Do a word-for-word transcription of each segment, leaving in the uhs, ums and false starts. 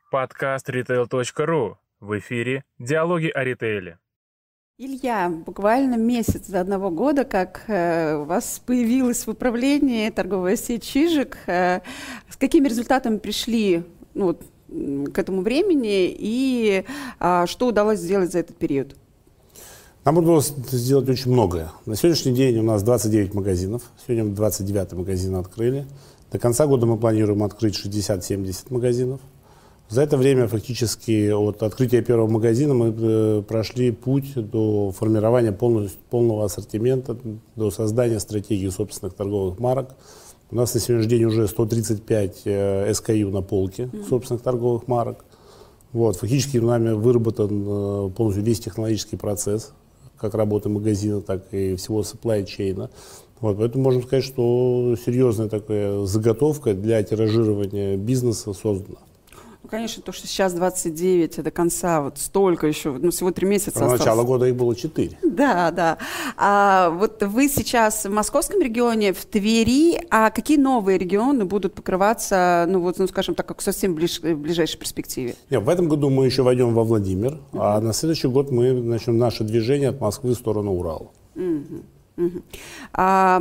Подкаст ритейл точка ру. В эфире «Диалоги о ритейле». Илья, буквально месяц до одного года, как э, у вас появилась в управлении торговая сеть «Чижик». Э, с какими результатами пришли ну, вот, к этому времени и э, что удалось сделать за этот период? Нам удалось сделать очень многое. На сегодняшний день у нас двадцать девять магазинов. Сегодня мы двадцать девятый магазин открыли. До конца года мы планируем открыть шестьдесят-семьдесят магазинов. За это время фактически от открытия первого магазина мы э, прошли путь до формирования полного, полного ассортимента, до создания стратегии собственных торговых марок. У нас на сегодняшний день уже сто тридцать пять э, эс кей ю на полке mm-hmm. собственных торговых марок. Вот, фактически нами выработан э, полностью весь технологический процесс, как работы магазина, так и всего supply chain. Вот, поэтому можно сказать, что серьезная такая заготовка для тиражирования бизнеса создана. Ну, конечно, то, что сейчас двадцать девять, а до конца вот столько еще, ну, всего три месяца осталось. С начала года их было четыре. Да, да. А вот вы сейчас в московском регионе, в Твери, а какие новые регионы будут покрываться, ну, вот, ну, скажем так, как совсем ближ, в ближайшей перспективе? Нет, в этом году мы еще войдем во Владимир, uh-huh. а на следующий год мы начнем наше движение от Москвы в сторону Урала. Uh-huh. Uh-huh. А,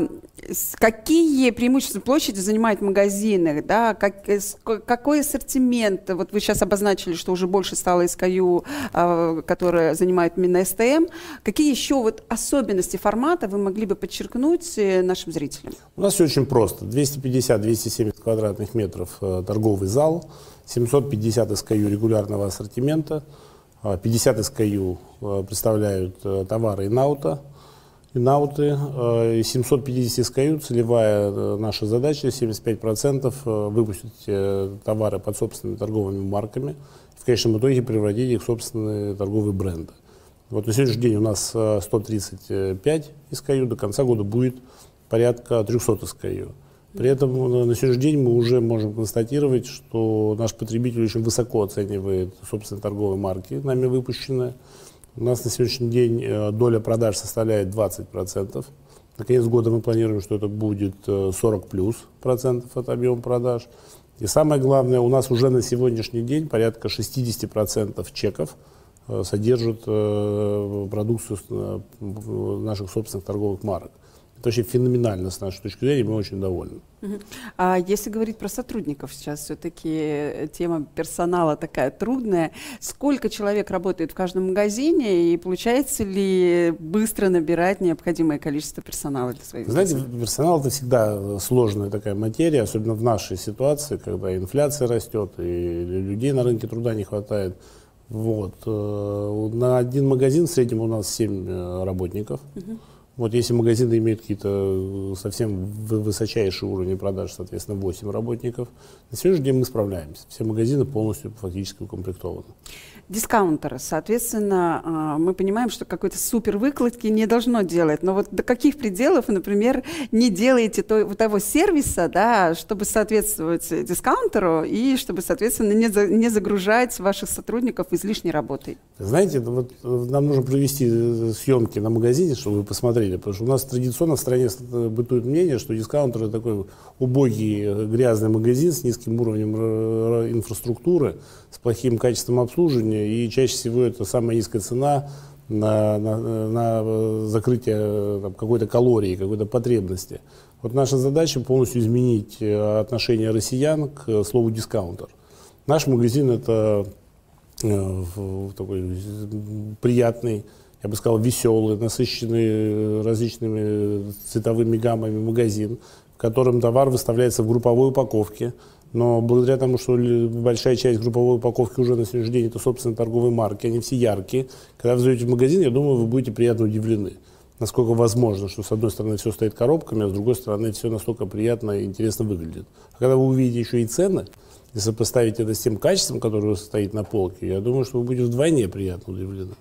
какие преимущества площади занимают магазины? Да? Как, какой ассортимент? Вот вы сейчас обозначили, что уже больше стало эс кей ю, а, которая занимает именно эс тэ эм. Какие еще вот особенности формата вы могли бы подчеркнуть нашим зрителям? У нас все очень просто. двести пятьдесят - двести семьдесят квадратных метров э, торговый зал, семьсот пятьдесят эс кей ю регулярного ассортимента, пятьдесят эс кей ю э, представляют э, товары инаута. Инауты, семьсот пятьдесят эс кей ю, целевая наша задача, семьдесят пять процентов выпустить товары под собственными торговыми марками, в конечном итоге превратить их в собственные торговые бренды. Вот на сегодняшний день у нас сто тридцать пять эс кей ю, до конца года будет порядка триста эс кей ю. При этом на сегодняшний день мы уже можем констатировать, что наш потребитель очень высоко оценивает собственные торговые марки, нами выпущенные. У нас на сегодняшний день доля продаж составляет двадцать процентов. На конец года мы планируем, что это будет сорок плюс процентов от объема продаж. И самое главное, у нас уже на сегодняшний день порядка шестьдесят процентов чеков содержат продукцию наших собственных торговых марок. Это очень феноменально с нашей точки зрения, мы очень довольны. Uh-huh. А если говорить про сотрудников, сейчас все-таки тема персонала такая трудная. Сколько человек работает в каждом магазине и получается ли быстро набирать необходимое количество персонала для своих Знаете, бизнесов? персонал — это всегда сложная такая материя, особенно в нашей ситуации, когда инфляция растет и людей на рынке труда не хватает. Вот. На один магазин в среднем у нас семь работников. Uh-huh. Вот если магазины имеют какие-то совсем высочайшие уровни продаж, соответственно, восемь работников, на сегодняшний день мы справляемся. Все магазины полностью фактически укомплектованы. Дискаунтеры, соответственно, мы понимаем, что какой-то супер выкладки не должно делать. Но вот до каких пределов, например, не делаете того сервиса, да, чтобы соответствовать дискаунтеру и чтобы, соответственно, не, за, не загружать ваших сотрудников излишней работой? Знаете, вот нам нужно провести съемки на магазине, чтобы вы посмотрели. Потому что у нас традиционно в стране бытует мнение, что дискаунтер — это такой убогий, грязный магазин с низким уровнем инфраструктуры, с плохим качеством обслуживания, и чаще всего это самая низкая цена на, на, на закрытие там, какой-то калории, какой-то потребности. Вот наша задача полностью изменить отношение россиян к слову дискаунтер. Наш магазин — это э, такой приятный, я бы сказал, веселый, насыщенный различными цветовыми гаммами магазин, в котором товар выставляется в групповой упаковке. Но благодаря тому, что большая часть групповой упаковки уже на сегодняшний день это собственные торговые марки, они все яркие. Когда вы зайдете в магазин, я думаю, вы будете приятно удивлены, насколько возможно, что с одной стороны все стоит коробками, а с другой стороны все настолько приятно и интересно выглядит. А когда вы увидите еще и цены, и сопоставите это с тем качеством, которое стоит на полке, я думаю, что вы будете вдвойне приятно удивлены.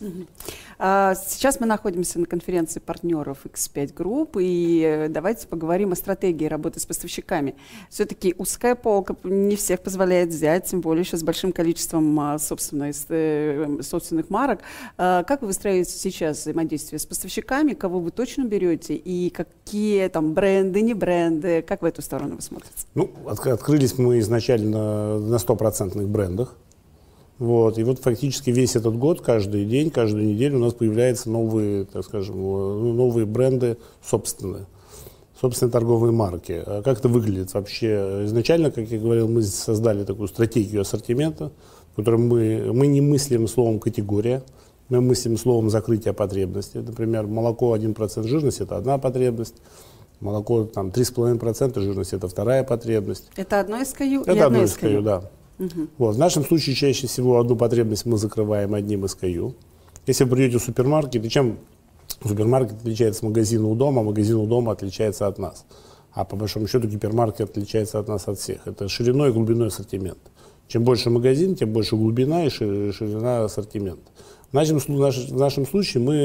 Сейчас мы находимся на конференции партнеров икс пять Group, и давайте поговорим о стратегии работы с поставщиками. Все-таки узкая полка не всех позволяет взять, тем более еще с большим количеством собственных, собственных марок. Как вы выстраиваете сейчас взаимодействие с поставщиками, кого вы точно берете, и какие там бренды, не бренды, как в эту сторону вы смотрите? Ну, от, открылись мы изначально на стопроцентных брендах. Вот. И вот фактически весь этот год, каждый день, каждую неделю у нас появляются новые, так скажем, новые бренды собственные, собственные торговые марки. А как это выглядит вообще? Изначально, как я говорил, мы создали такую стратегию ассортимента, в которой мы, мы не мыслим словом категория, мы мыслим словом закрытия потребностей. Например, молоко один процент жирности – это одна потребность. Молоко там три с половиной процента жирности – это вторая потребность. Это одно эс ка ю это и одно одно эс ка ю, да. Угу. Вот. В нашем случае чаще всего одну потребность мы закрываем одним эс ка ю. Если вы придете в супермаркет, и чем супермаркет отличается от магазина у дома, магазин у дома отличается от нас. А по большому счету гипермаркет отличается от нас от всех. Это шириной и глубиной ассортимента. Чем больше магазин, тем больше глубина и ширина ассортимента. В нашем, в нашем случае мы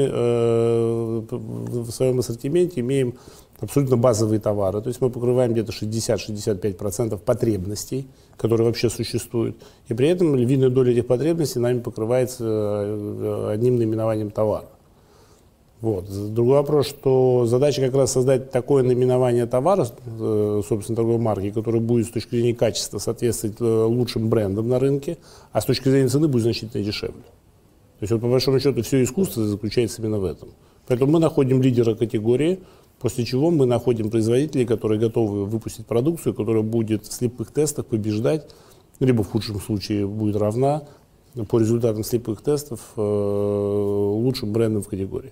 э, в своем ассортименте имеем абсолютно базовые товары. То есть мы покрываем где-то шестьдесят-шестьдесят пять процентов потребностей, которые вообще существуют. И при этом львиная доля этих потребностей нами покрывается одним наименованием товара. Вот. Другой вопрос, что задача как раз создать такое наименование товара, собственно, торговой марки, которое будет с точки зрения качества соответствовать лучшим брендам на рынке, а с точки зрения цены будет значительно дешевле. То есть, вот, по большому счету, все искусство заключается именно в этом. Поэтому мы находим лидера категории, после чего мы находим производителей, которые готовы выпустить продукцию, которая будет в слепых тестах побеждать, либо в худшем случае будет равна по результатам слепых тестов э, лучшим брендам в категории.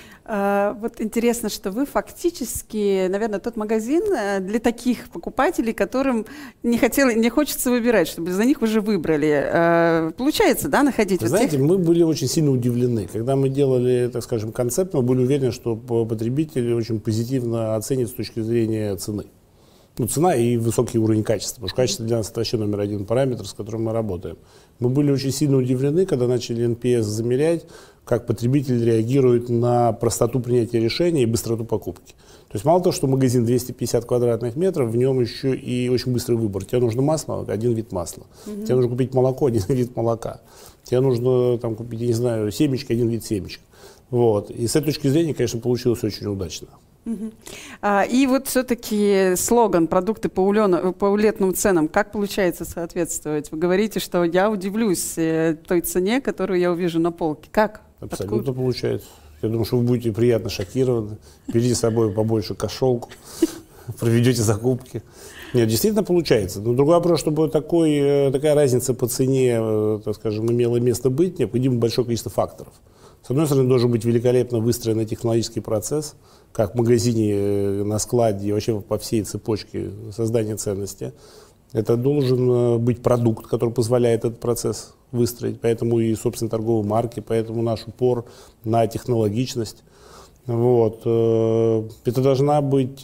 Вот интересно, что вы фактически, наверное, тот магазин для таких покупателей, которым не, хотел, не хочется выбирать, чтобы за них уже выбрали. Получается, да, находить? Вот знаете, тех... мы были очень сильно удивлены. Когда мы делали, так скажем, концепт, мы были уверены, что потребитель очень позитивно оценит с точки зрения цены. Ну, цена и высокий уровень качества, потому что качество для нас это вообще номер один параметр, с которым мы работаем. Мы были очень сильно удивлены, когда начали эн пи эс замерять, как потребитель реагирует на простоту принятия решения и быстроту покупки. То есть мало того, что магазин двести пятьдесят квадратных метров, в нем еще и очень быстрый выбор. Тебе нужно масло, один вид масла. Mm-hmm. Тебе нужно купить молоко, один вид молока. Тебе нужно там, купить, я не знаю, семечки, один вид семечек. Вот. И с этой точки зрения, конечно, получилось очень удачно. Uh-huh. А, и вот все-таки слоган «Продукты по, улёну, по улетным ценам», как получается соответствовать? Вы говорите, что я удивлюсь э, той цене, которую я увижу на полке. Как? Абсолютно Откуда? Получается. Я думаю, что вы будете приятно шокированы. Берите с собой побольше кошелку, проведете закупки. Нет, действительно получается. Но другой вопрос, чтобы такой, такая разница по цене, так скажем, имела место быть, необходимо большое количество факторов. С одной стороны, должен быть великолепно выстроенный технологический процесс, как в магазине, на складе и вообще по всей цепочке создания ценности. Это должен быть продукт, который позволяет этот процесс выстроить. Поэтому и, собственно, торговые марки, поэтому наш упор на технологичность. Вот. Это должна быть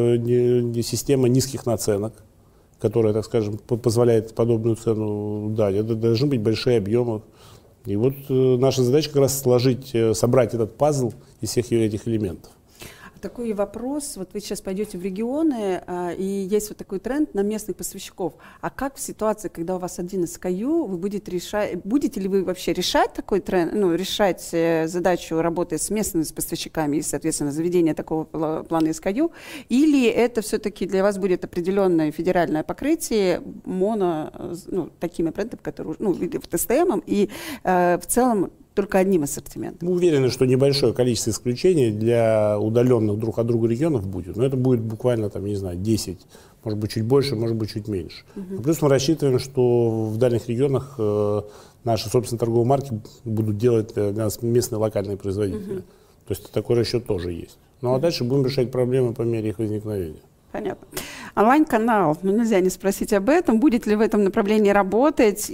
система низких наценок, которая, так скажем, позволяет подобную цену дать. Это должны быть большие объемы. И вот наша задача как раз сложить, собрать этот пазл из всех этих элементов. Такой вопрос, вот вы сейчас пойдете в регионы, а, и есть вот такой тренд на местных поставщиков. А как в ситуации, когда у вас один эс ка ю, вы будете решать, будете ли вы вообще решать такой тренд, ну, решать э, задачу работы с местными поставщиками и, соответственно, заведения такого плана эс ка ю, или это все-таки для вас будет определенное федеральное покрытие моно, ну, такими брендами, которые, ну, в тэ эс тэ эм, и э, в целом только одним ассортиментом? Мы уверены, что небольшое количество исключений для удаленных друг от друга регионов будет, но это будет буквально, там, не знаю, десять, может быть, чуть больше, может быть, чуть меньше. Uh-huh. Плюс мы рассчитываем, что в дальних регионах э, наши собственные торговые марки будут делать для нас местные локальные производители. Uh-huh. То есть такой расчет тоже есть. Ну а дальше будем решать проблемы по мере их возникновения. Понятно. Онлайн-канал, ну нельзя не спросить об этом, будет ли в этом направлении работать,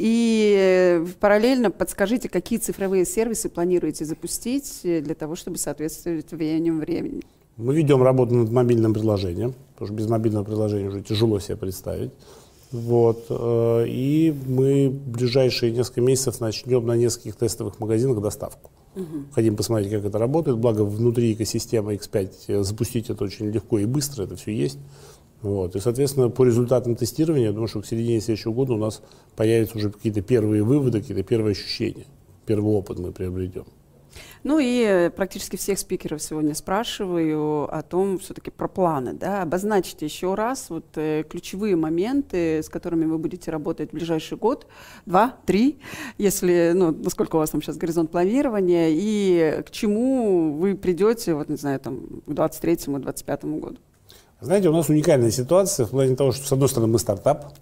и параллельно подскажите, какие цифровые сервисы планируете запустить для того, чтобы соответствовать веяниям времени. Мы ведем работу над мобильным приложением, потому что без мобильного приложения уже тяжело себе представить. Вот. И мы в ближайшие несколько месяцев начнем на нескольких тестовых магазинах доставку. Угу. Хотим посмотреть, как это работает. Благо, внутри экосистемы икс пять запустить это очень легко и быстро, это все есть. Вот. И, соответственно, по результатам тестирования, я думаю, что к середине следующего года у нас появятся уже какие-то первые выводы, какие-то первые ощущения. Первый опыт мы приобретем. Ну и практически всех спикеров сегодня спрашиваю о том, все-таки про планы. Да? Обозначьте еще раз вот, э, ключевые моменты, с которыми вы будете работать в ближайший год, два, три, если, ну, насколько у вас там сейчас горизонт планирования, и к чему вы придете, вот, не знаю, там, к двадцать третьему — двадцать пятому году. Знаете, у нас уникальная ситуация в плане того, что, с одной стороны, мы стартап,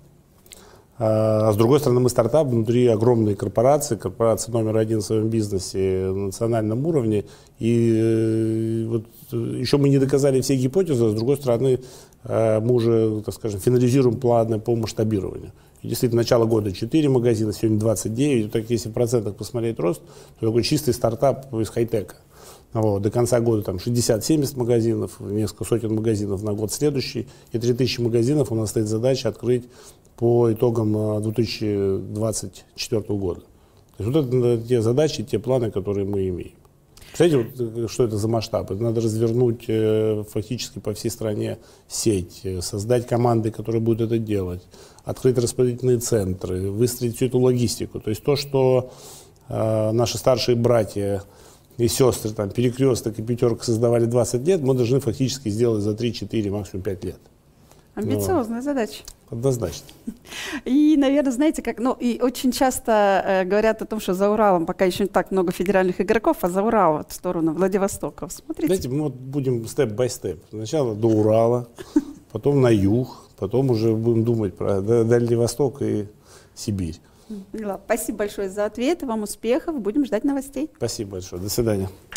а с другой стороны, мы стартап внутри огромной корпорации, корпорации номер один в своем бизнесе на национальном уровне. И э, вот еще мы не доказали все гипотезы, а с другой стороны, э, мы уже, так скажем, финализируем планы по масштабированию. И действительно, начало года четыре магазина, сегодня двадцать девять. Так, если в процентах посмотреть рост, то такой чистый стартап из хай-тека. Вот, до конца года там шестьдесят-семьдесят магазинов, несколько сотен магазинов на год следующий. И три тысячи магазинов у нас стоит задача открыть по итогам две тысячи двадцать четвёртого года. То есть вот это те задачи, те планы, которые мы имеем. Представляете, вот, что это за масштаб? Это надо развернуть э, фактически по всей стране сеть, э, создать команды, которые будут это делать, открыть распределительные центры, выстроить всю эту логистику. То есть то, что э, наши старшие братья и сестры, там, Перекресток и Пятерка создавали двадцать лет, мы должны фактически сделать за три-четыре, максимум пять лет. Амбициозная задача. Однозначно. И, наверное, знаете, как, ну, и очень часто э, говорят о том, что за Уралом пока еще не так много федеральных игроков, а за Уралом в сторону Владивостока. Смотрите. Знаете, мы вот будем степ-бай-степ. Сначала до Урала, потом на юг, потом уже будем думать про Дальний Восток и Сибирь. Спасибо большое за ответ. Вам успехов. Будем ждать новостей. Спасибо большое. До свидания.